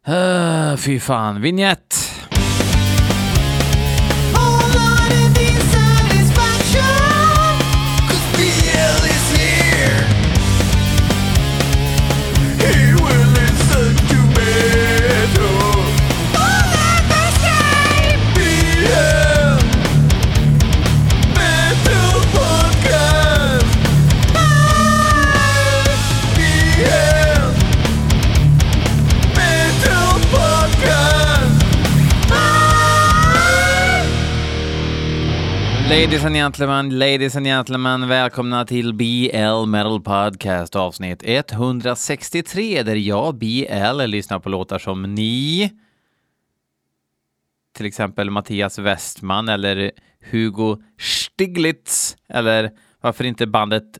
Fy fan, vignett. Ladies and gentlemen, välkomna till BL Metal Podcast avsnitt 163 där jag, BL, lyssnar på låtar som ni, till exempel Mattias Westman eller Hugo Stiglitz eller varför inte bandet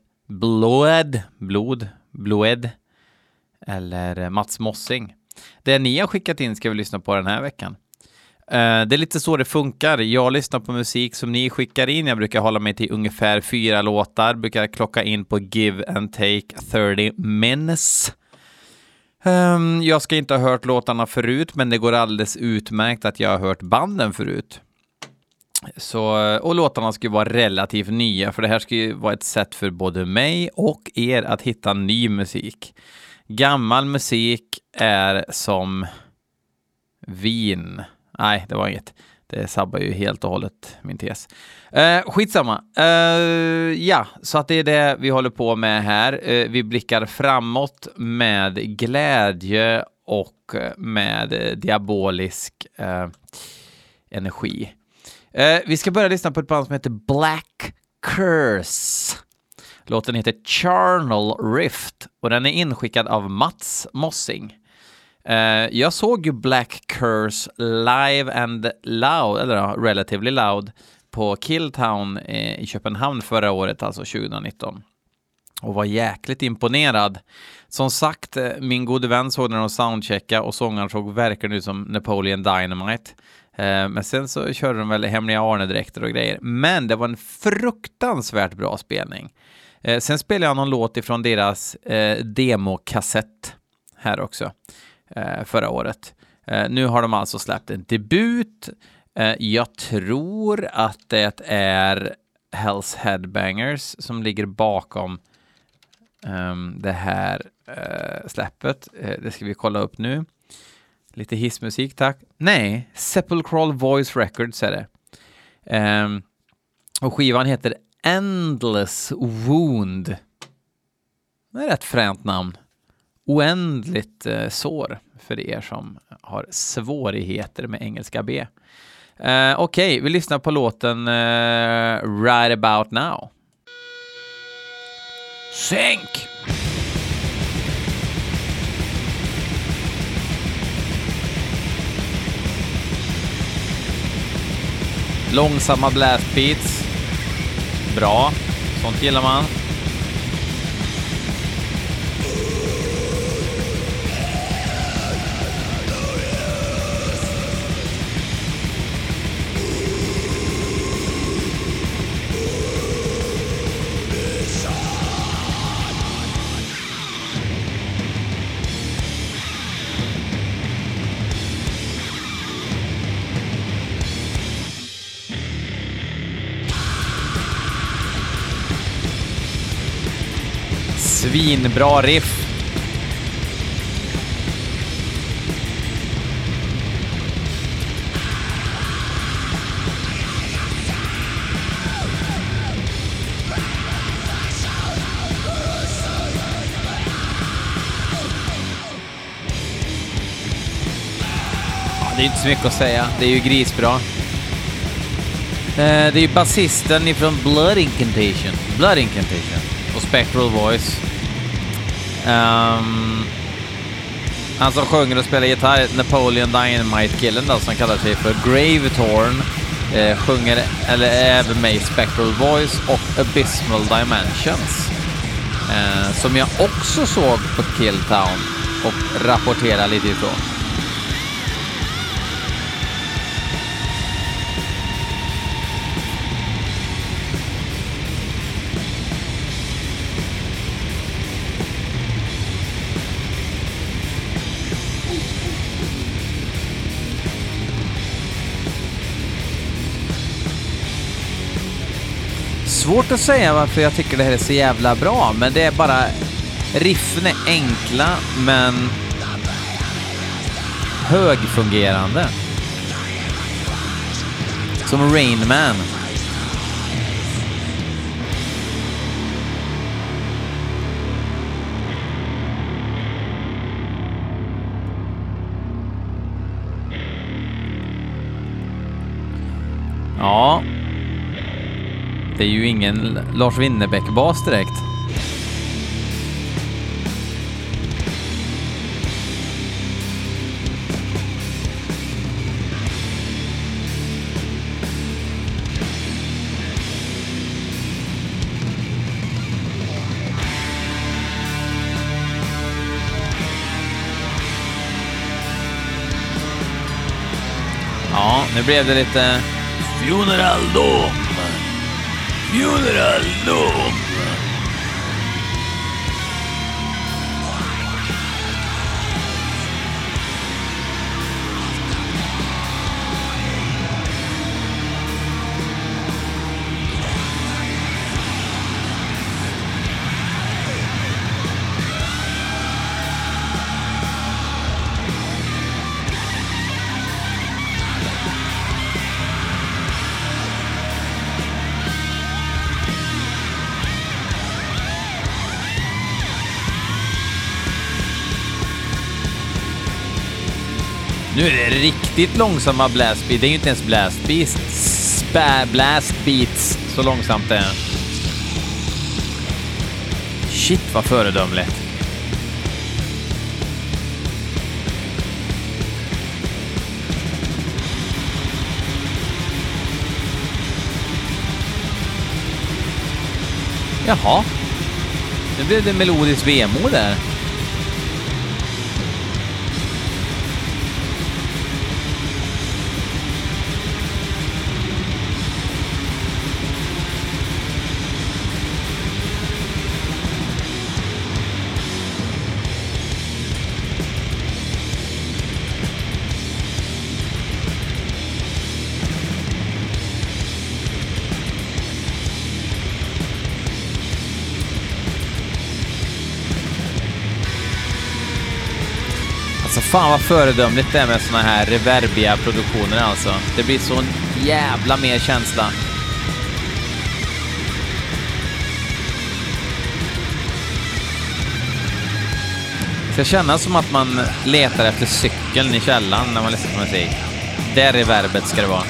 Blod eller Mats Mossing. Det ni har skickat in ska vi lyssna på den här veckan. Det är lite så det funkar. Jag lyssnar på musik som ni skickar in. Jag brukar hålla mig till ungefär 4 låtar. Brukar klocka in på give and take 30 minutes. Jag ska inte ha hört låtarna förut, men det går alldeles utmärkt att jag har hört banden förut. Och låtarna ska ju vara relativt nya, för det här ska ju vara ett sätt för både mig och er att hitta ny musik. Gammal musik är som vin. Nej, det var inget. Det sabbar ju helt och hållet min tes. Skitsamma. Ja, så att det är det vi håller på med här. Vi blickar framåt med glädje och med diabolisk energi. Vi ska börja lyssna på ett band som heter Black Curse. Låten heter Charnel Rift och den är inskickad av Mats Mossing. Jag såg ju Black Curse live and loud, eller relatively loud, på Killtown i Köpenhamn förra året, alltså 2019. Och var jäkligt imponerad. Som sagt, min gode vän såg när de soundcheckade och sångaren såg verkligen ut som Napoleon Dynamite. Men sen så körde de väl hemliga Arne-dräkter och grejer. Men det var en fruktansvärt bra spelning. Sen spelade jag någon låt ifrån deras demokassett här också. Förra året. Nu har de alltså släppt en debut. Jag tror att det är Hell's Headbangers som ligger bakom det här släppet. Det ska vi kolla upp nu. Lite hissmusik, tack. Nej, Sepulchral Voice Records är det. Och skivan heter Endless Wound. Det är ett fränt namn. Oändligt sår för er som har svårigheter med engelska B. Okej, vi lyssnar på låten Right About Now. Sänk! Långsamma blast beats. Bra, sånt gillar man. Svinbra riff. Det är inte så mycket att säga. Det är ju grisbra. Det är ju basisten ifrån Blood Incantation och Spectral Voice. Han som sjunger och spelar gitarr, Napoleon Dynamite-killen då, som kallar sig för Gravetorn, sjunger eller är även med i Spectral Voice och Abysmal Dimensions, som jag också såg på Killtown och rapporterar lite ifrån. svårt att säga varför jag tycker det här är så jävla bra, men det är bara riffen är enkla men högfungerande. Som Rain Man. Ja. Det är ju ingen Lars Winnerbäck-bas direkt. Ja, nu blev det lite Funeral Dome. Funeral Dome. Nu är det riktigt långsamma blastbeats. Det är ju inte ens blastbeats så långsamt det är. Shit vad föredömligt. Jaha. Nu blev det melodisk vemo där. Alltså fan vad föredömligt det är med såna här reverbiga produktioner alltså. Det blir så jävla mer känsla. Det ska kännas som att man letar efter cykeln i källan när man lyssnar på musik. Där reverbet ska det vara.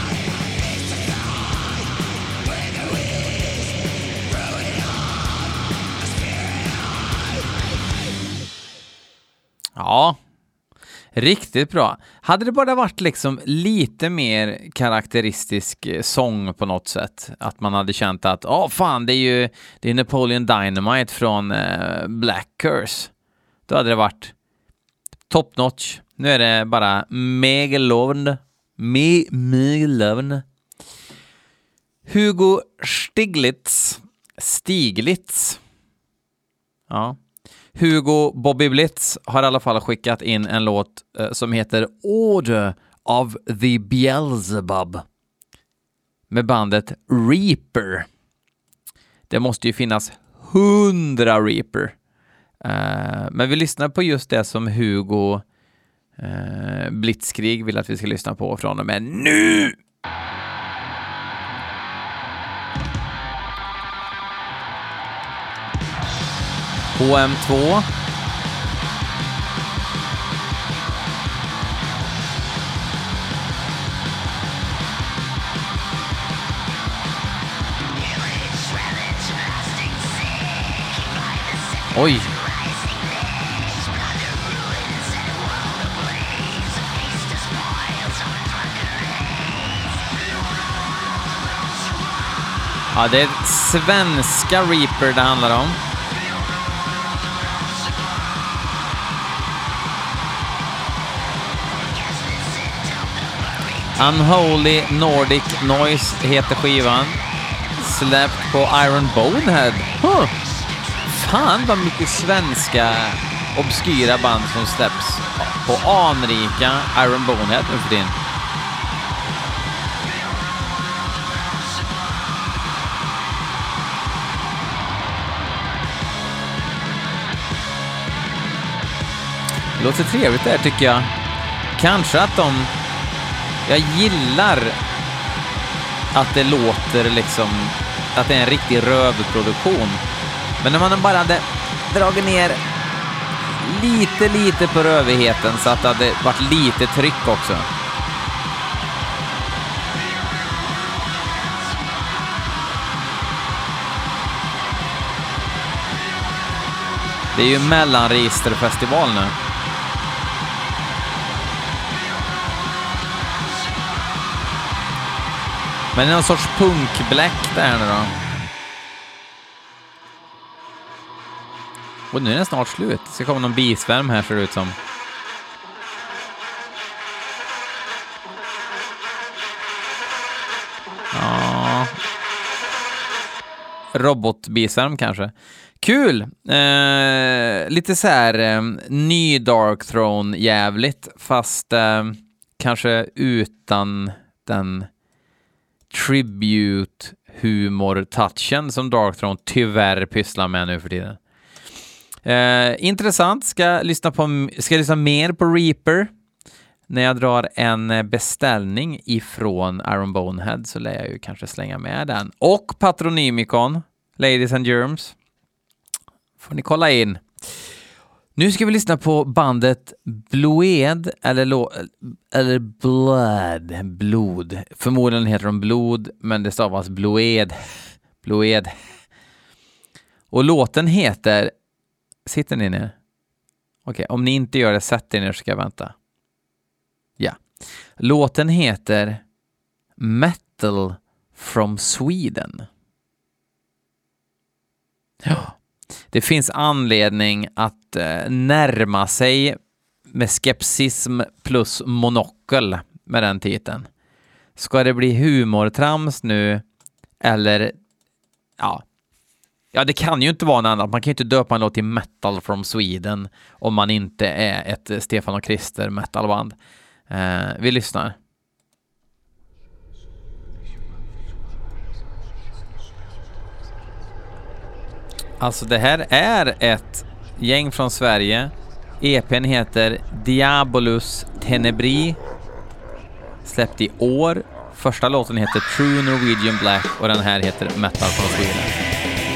Ja, riktigt bra. Hade det bara varit liksom lite mer karaktäristisk sång på något sätt. Att man hade känt att, fan, det är Napoleon Dynamite från Black Curse. Då hade det varit top notch. Nu är det bara megalovn. Hugo Stiglitz. Ja. Hugo Bobby Blitz har i alla fall skickat in en låt som heter Order of the Beelzebub med bandet Reaper. Det måste ju finnas 100 Reaper. Men vi lyssnar på just det som Hugo Blitzkrieg vill att vi ska lyssna på från och med nu! HM2. Oj. Ja, det är svenska Reaper det handlar om. Unholy Nordic Noise heter skivan. Släppt på Iron Bonehead. Fan vad mycket svenska obskyra band som släpps på anrika Iron Bonehead nu för din. Låter trevligt där tycker jag. Kanske att jag gillar att det låter liksom att det är en riktig rövproduktion. Men när man bara hade dragit ner lite på rövigheten så att det hade varit lite tryck också. Det är ju mellanregisterfestival nu. Men det är någon sorts punkblack där nu då. Och nu är den snart slut. Det ska komma någon bisvärm här ser det ut som. Ja. Robotbisvärm kanske. Kul! Lite så här ny Dark Throne jävligt, fast kanske utan den tribute humor-touchen som Dark Throne tyvärr pysslar med nu för tiden. Intressant. Ska lyssna mer på Reaper. När jag drar en beställning ifrån Iron Bonehead så lär jag ju kanske slänga med den. Och Patronymicon, Ladies and Germs. Får ni kolla in. Nu ska vi lyssna på bandet Bloed eller Blod. Förmodligen heter de Blod, men det stavas Bloed. Och låten heter... Sitter ni ner? Okej, om ni inte gör det, sätt er ner så ska jag vänta. Ja. Låten heter Metal from Sweden. Ja. Det finns anledning att närma sig med skepsism plus monokel med den titeln. Ska det bli humortrams nu eller ja, det kan ju inte vara något annat. Man kan ju inte döpa en låt till Metal from Sweden om man inte är ett Stefan och Krister metalband. Vi lyssnar. Alltså det här är ett gäng från Sverige. EPn heter Diabolus Tenebri. Släppt i år. Första låten heter True Norwegian Black och den här heter Metal from Sweden.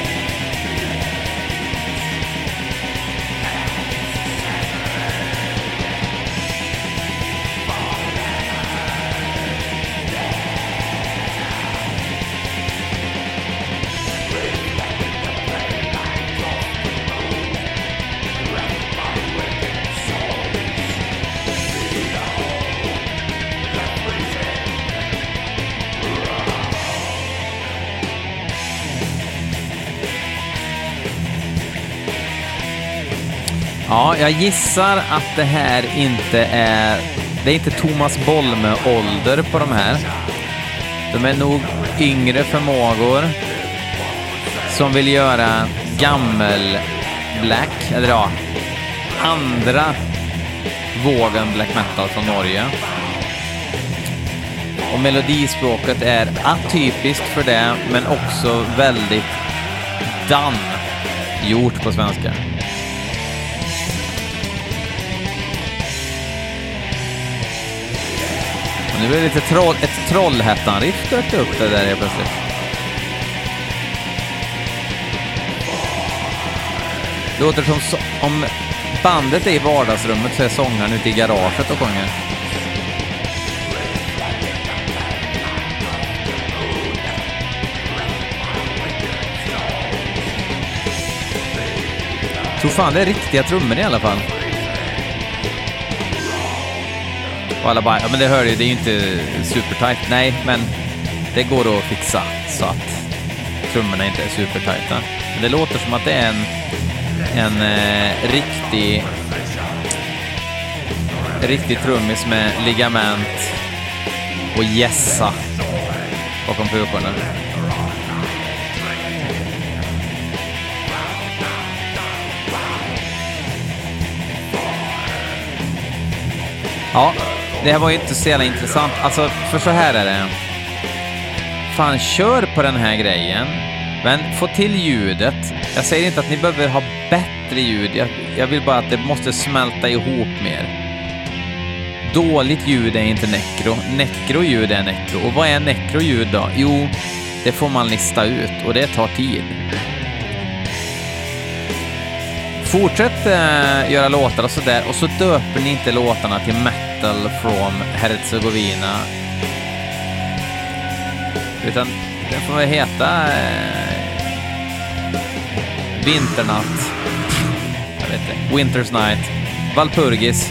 Ja, jag gissar att det här inte är... Det är inte Thomas Bolme-ålder på de här. De är nog yngre förmågor som vill göra gammel black, eller ja, andra vågen black metal från Norge. Och melodispråket är atypiskt för det, men också väldigt gjort på svenska. Nu blir det lite ett Trollhättan-riff dök upp det där helt plötsligt. Låter som om bandet är i vardagsrummet så är sångaren ute i garaget och sjunger. Tror fan det är riktiga trummor i alla fall. Och alla bara, ja men det hör ju, det är ju inte supertight. Nej, men det går att fixa så att trummorna inte är supertajta. Men det låter som att det är en riktig trummis med ligament och gässa bakom pukorna. Ja, det här var ju inte så jävla intressant. Alltså, för så här är det. Fan, kör på den här grejen. Men få till ljudet. Jag säger inte att ni behöver ha bättre ljud. Jag vill bara att det måste smälta ihop mer. Dåligt ljud är inte necro. Necro-ljud är necro. Och vad är necro-ljud då? Jo, det får man lista ut och det tar tid. Fortsätt göra låtar och sådär, och så döper ni inte låtarna till Metal from Herzegovina. Utan det får väl heta Vinternatt. Jag vet inte. Winter's Night. Valpurgis.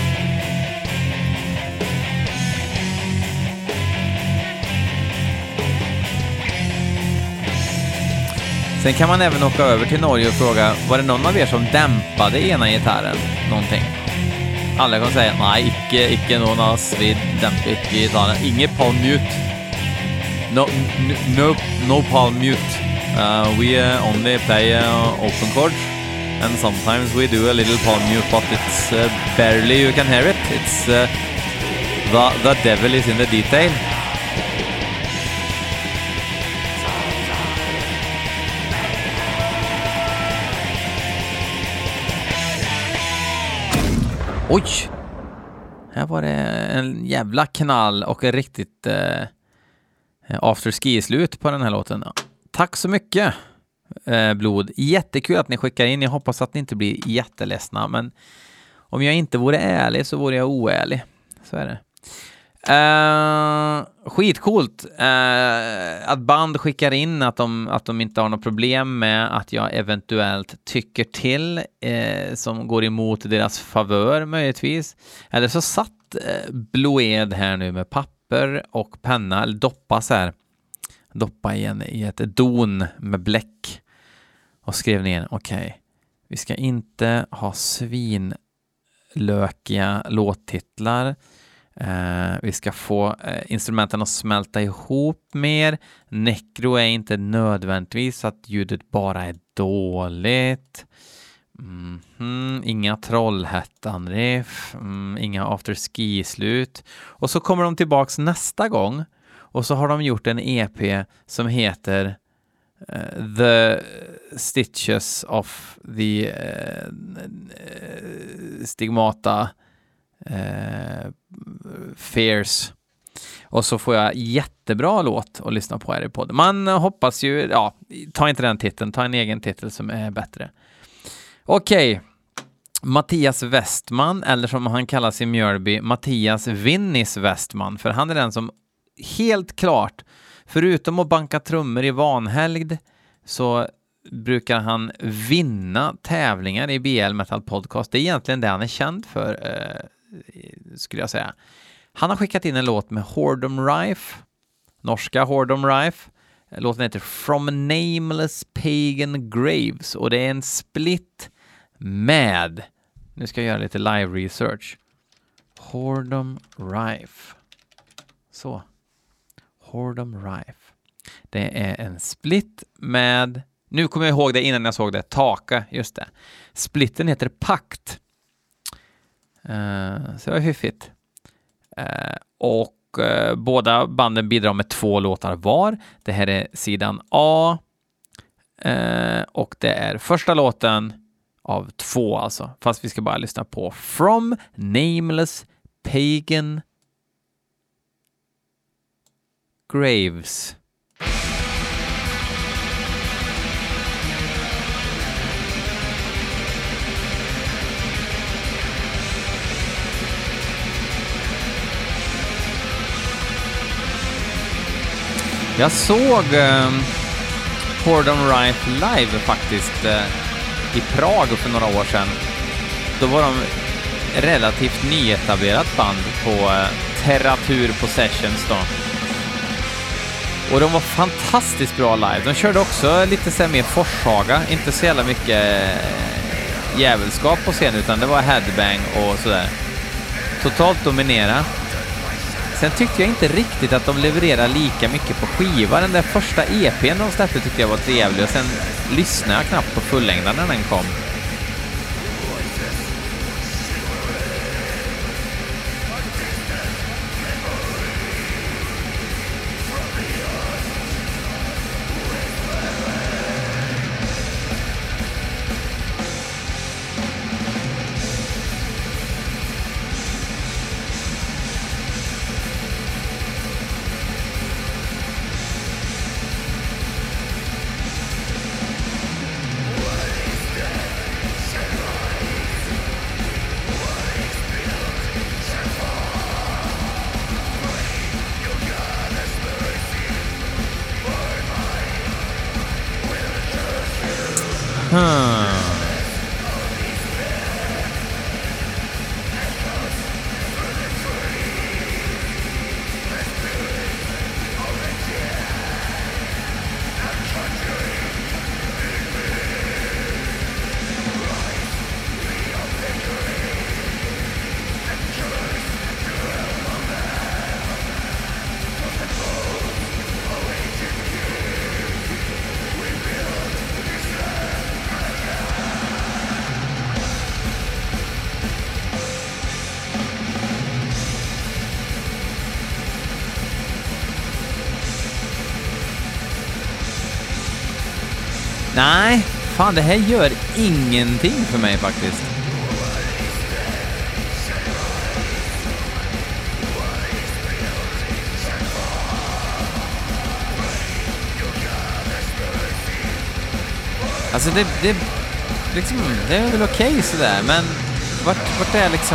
Sen kan man även åka över till Norge och fråga, var det någon av er som dämpade ena gitarren? Någonting. Alla kan säga, nej, icke någon av oss, vi dämpade icke gitarren. Inget palm mute. No palm mute. We only play open chords. And sometimes we do a little palm mute, but it's barely you can hear it. It's the devil is in the detail. Oj! Här var det en jävla knall och en riktigt afterski-slut på den här låten. Tack så mycket, Blod. Jättekul att ni skickar in. Jag hoppas att ni inte blir jätteledsna, men om jag inte vore ärlig så vore jag oärlig. Så är det. Skitcoolt att band skickar in att de inte har något problem med att jag eventuellt tycker till som går emot deras favör möjligtvis. Eller så satt Bloed här nu med papper och penna, eller doppa igen i ett don med bläck och skrev ner, okej, vi ska inte ha svinlökiga låttitlar. Vi ska få instrumenten att smälta ihop mer. Necro är inte nödvändigtvis att ljudet bara är dåligt. Inga Trollhättan-riff. Inga afterski-slut. Och så kommer de tillbaks nästa gång. Och så har de gjort en EP som heter The Stitches of the Stigmata Fears. Och så får jag jättebra låt att lyssna på här i podden. Man hoppas ju, ja, ta inte den titeln, ta en egen titel som är bättre. Okej. Mattias Westman, eller som han kallas i Mjölby, Mattias Vinnis Westman, för han är den som helt klart, förutom att banka trummor i vanhelgd, så brukar han vinna tävlingar i BL Metal Podcast. Det är egentligen det han är känd för, skulle jag säga. Han har skickat in en låt med Whoredom Rife, norska Whoredom Rife. Låten heter From Nameless Pagan Graves, och det är en split med, nu ska jag göra lite live research, Whoredom Rife. Så, Whoredom Rife. Det är en split med, nu kommer jag ihåg det innan jag såg det, Taka, just det. Splitten heter Pakt. Så det var hyffigt. Och båda banden bidrar med 2 låtar var. Det här är sidan A. Och det är första låten av 2 alltså. Fast vi ska bara lyssna på From Nameless Pagan Graves. Jag såg Whoredom Rife live faktiskt i Prag för några år sedan. Då var de relativt nyetablerat band på Terratur Possessions då. Och de var fantastiskt bra live. De körde också lite så här mer forshaga, inte så jävla mycket jävelskap på scen, utan det var headbang och sådär. Totalt dominera. Sen tyckte jag inte riktigt att de levererade lika mycket på skiva. Den där första EPn de släppte tyckte jag var trevlig, och sen lyssnade jag knappt på fullängden när den kom. Nej, fan det här gör ingenting för mig faktiskt. Alltså det liksom, det är väl okej sådär, men vart är liksom...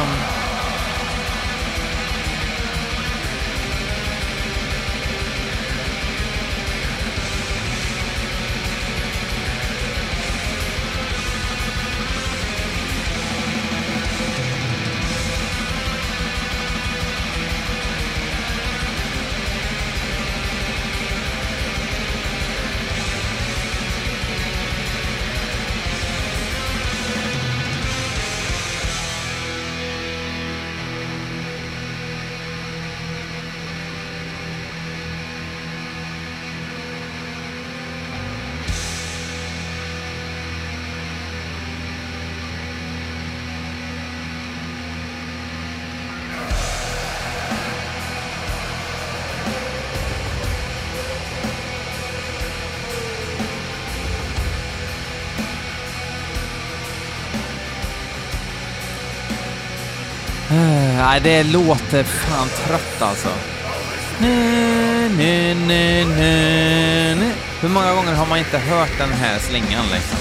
Nej, det låter fan trött alltså. Hur många gånger har man inte hört den här slingan liksom?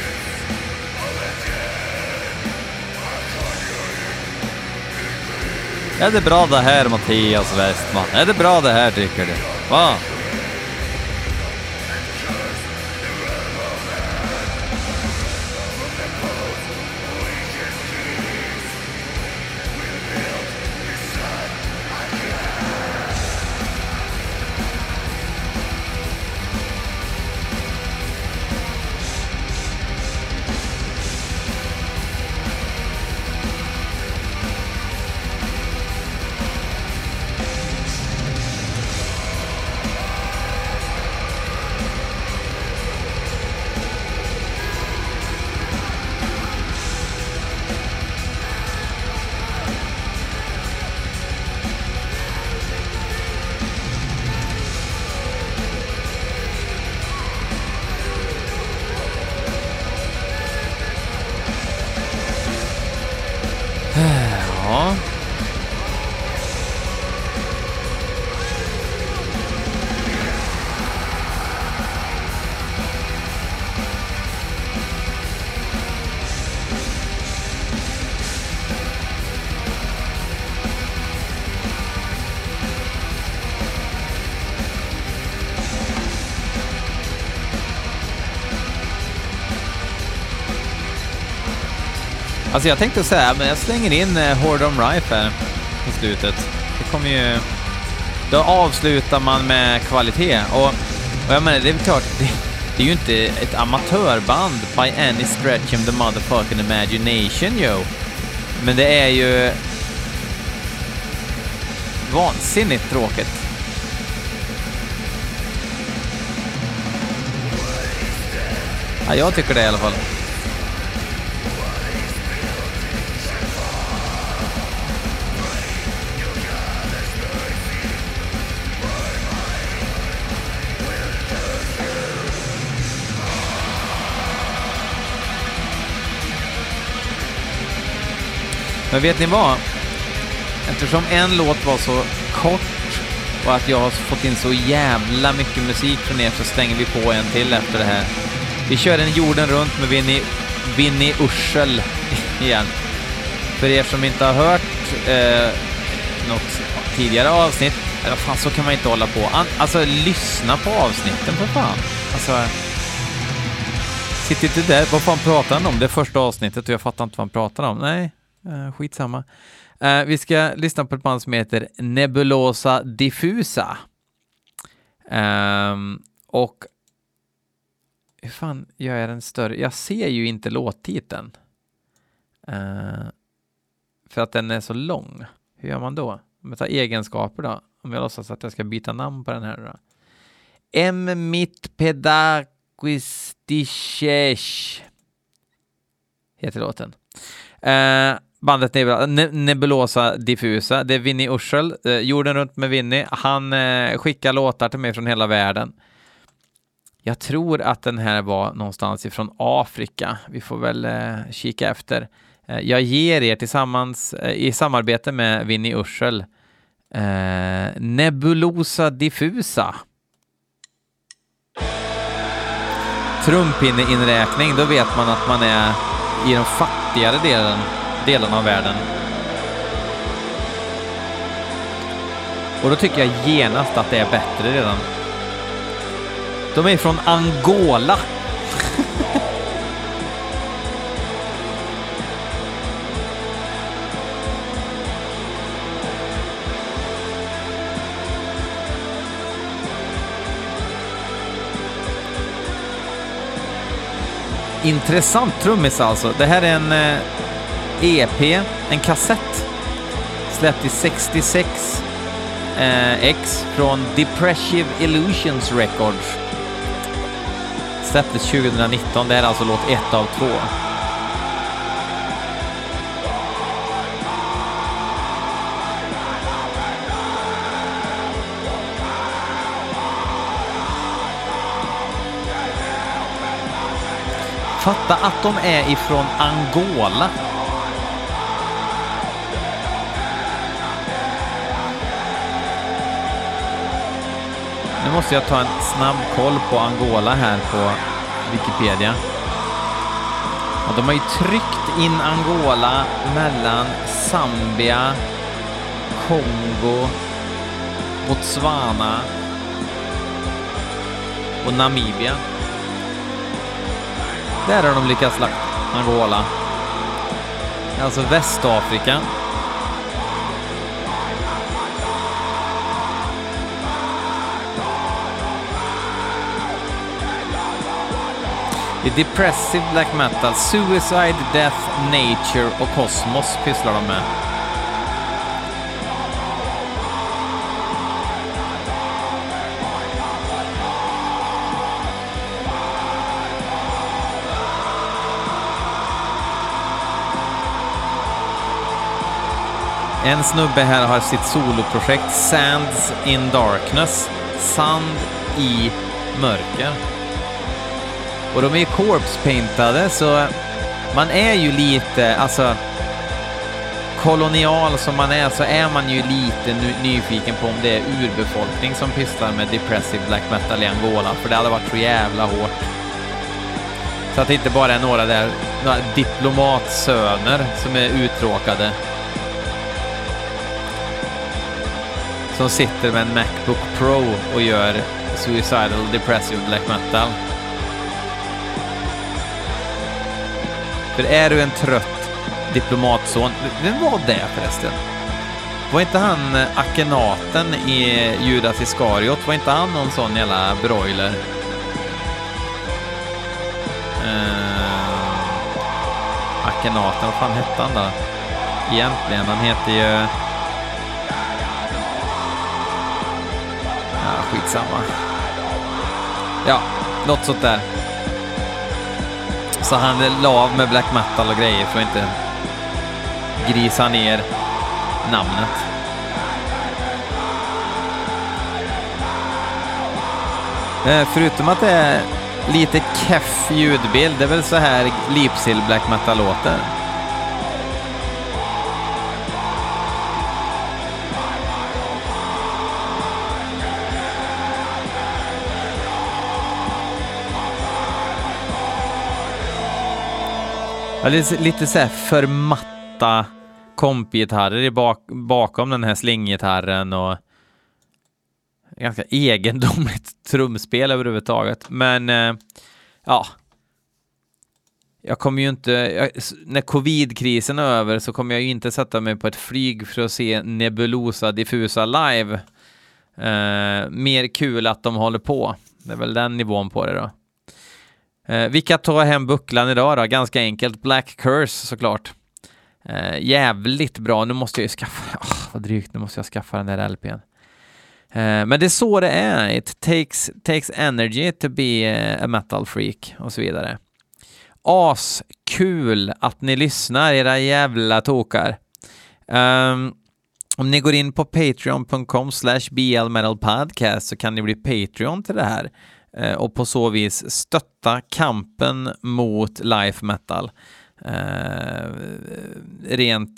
Är det bra det här, Mattias Westman? Är det bra det här, tycker du? Va? Ja. Alltså jag tänkte säga, men jag slänger in Horde on Rife här på slutet. Det kommer ju... Då avslutar man med kvalitet. Och jag menar, det är klart, det är ju inte ett amatörband by any stretch of the motherfucking imagination, yo. Men det är ju vansinnigt tråkigt. Ja, jag tycker det i alla fall. Men vet ni vad? Eftersom en låt var så kort och att jag har fått in så jävla mycket musik från er, så stänger vi på en till efter det här. Vi kör en jorden runt med Vinnie Ursel igen. För er som inte har hört något tidigare avsnitt, eller fan, så kan man inte hålla på. Alltså lyssna på avsnitten för fan. Alltså Sitter inte där. Vad fan pratar han om? Det är första avsnittet och jag fattar inte vad han pratar om. Nej, skitsamma. Vi ska lyssna på ett band som heter Nebulosa Diffusa. Och hur fan gör jag den större? Jag ser ju inte låttiteln. För att den är så lång. Hur gör man då? Om jag tar egenskaper då. Om jag låtsas att jag ska byta namn på den här då. Mitt Pedaquistichesh heter låten. Bandet Nebulosa Diffusa. Det är Vinny Urschel. Jorden runt med Vinny. Han skickar låtar till mig från hela världen. Jag tror att den här var någonstans ifrån Afrika. Vi får väl kika efter. Jag ger er tillsammans i samarbete med Vinny Urschel Nebulosa Diffusa. Trumpinneinräkning, då vet man att man är i den fattigare delen av världen. Och då tycker jag genast att det är bättre redan. De är från Angola. Intressant trummis alltså. Det här är en EP, en kassett. Släppt i 66 X från Depressive Illusions Records. Släpptes 2019. Det här är alltså låt 1 av 2. Fatta att de är ifrån Angola. Nu måste jag ta en snabb koll på Angola här på Wikipedia. Och de har ju tryckt in Angola mellan Zambia, Kongo, Botswana och Namibia. Där har de lyckats lagt Angola. Alltså Västafrika. I depressive black metal, suicide, death, nature och kosmos pysslar de med. En snubbe här har sitt soloprojekt Sands in Darkness. Sand i mörker. Och de är ju corpse-paintade, så man är ju lite, alltså kolonial som man är, så är man ju lite nyfiken på om det är urbefolkning som pysslar med depressive black metal i Angola, för det hade varit så jävla hårt. Så att det inte bara är några diplomatsöner som är uttråkade. Som sitter med en MacBook Pro och gör suicidal depressive black metal. För är du en trött diplomatson, vem var det förresten? Var inte han Akhenaten i Judas Iskariot? Var inte han någon sån jävla broiler? Akhenaten, vad fan hette han då? Egentligen, han heter ju... Ja, skitsamma. Ja, något sånt där. Så han la av med black metal och grejer för att inte grisa ner namnet. Förutom att det är lite keff ljudbild, det är väl så här Lipsil black metal låter. Ja, lite så här för matta kompgitarrer bakom den här slinggitarren och ganska egendomligt trumspel överhuvudtaget. Men ja, jag kommer ju inte, när covid-krisen är över så kommer jag ju inte sätta mig på ett flyg för att se Nebulosa Diffusa live. Mer kul att de håller på. Det är väl den nivån på det då. Vilka tar hem bucklan idag då? Ganska enkelt. Black Curse såklart. Jävligt bra. Nu måste jag ju skaffa... vad drygt, nu måste jag skaffa den där LPn. Men det är så det är. It takes energy to be a metal freak och så vidare. Kul att ni lyssnar, era jävla tokar. Om ni går in på patreon.com/blmetalpodcast så kan ni bli Patreon till det här. Och på så vis stötta kampen mot life metal. Rent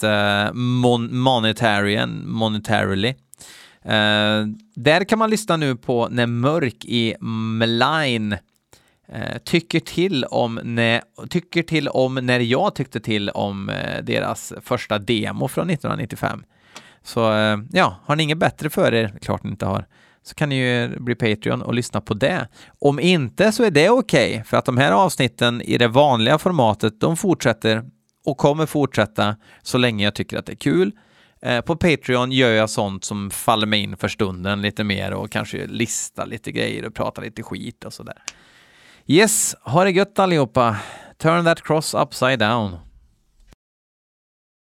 monetarily. Där kan man lyssna nu på när Mörk i Mline tycker till om när jag tyckte till om deras första demo från 1995. Så ja, har ni inget bättre för er, klart ni inte har, så kan ni ju bli Patreon och lyssna på det. Om inte så är det okej, för att de här avsnitten i det vanliga formatet, de fortsätter och kommer fortsätta så länge jag tycker att det är kul. På Patreon gör jag sånt som faller mig in för stunden lite mer och kanske lista lite grejer och prata lite skit och sådär. Yes, ha det gött allihopa. Turn that cross upside down.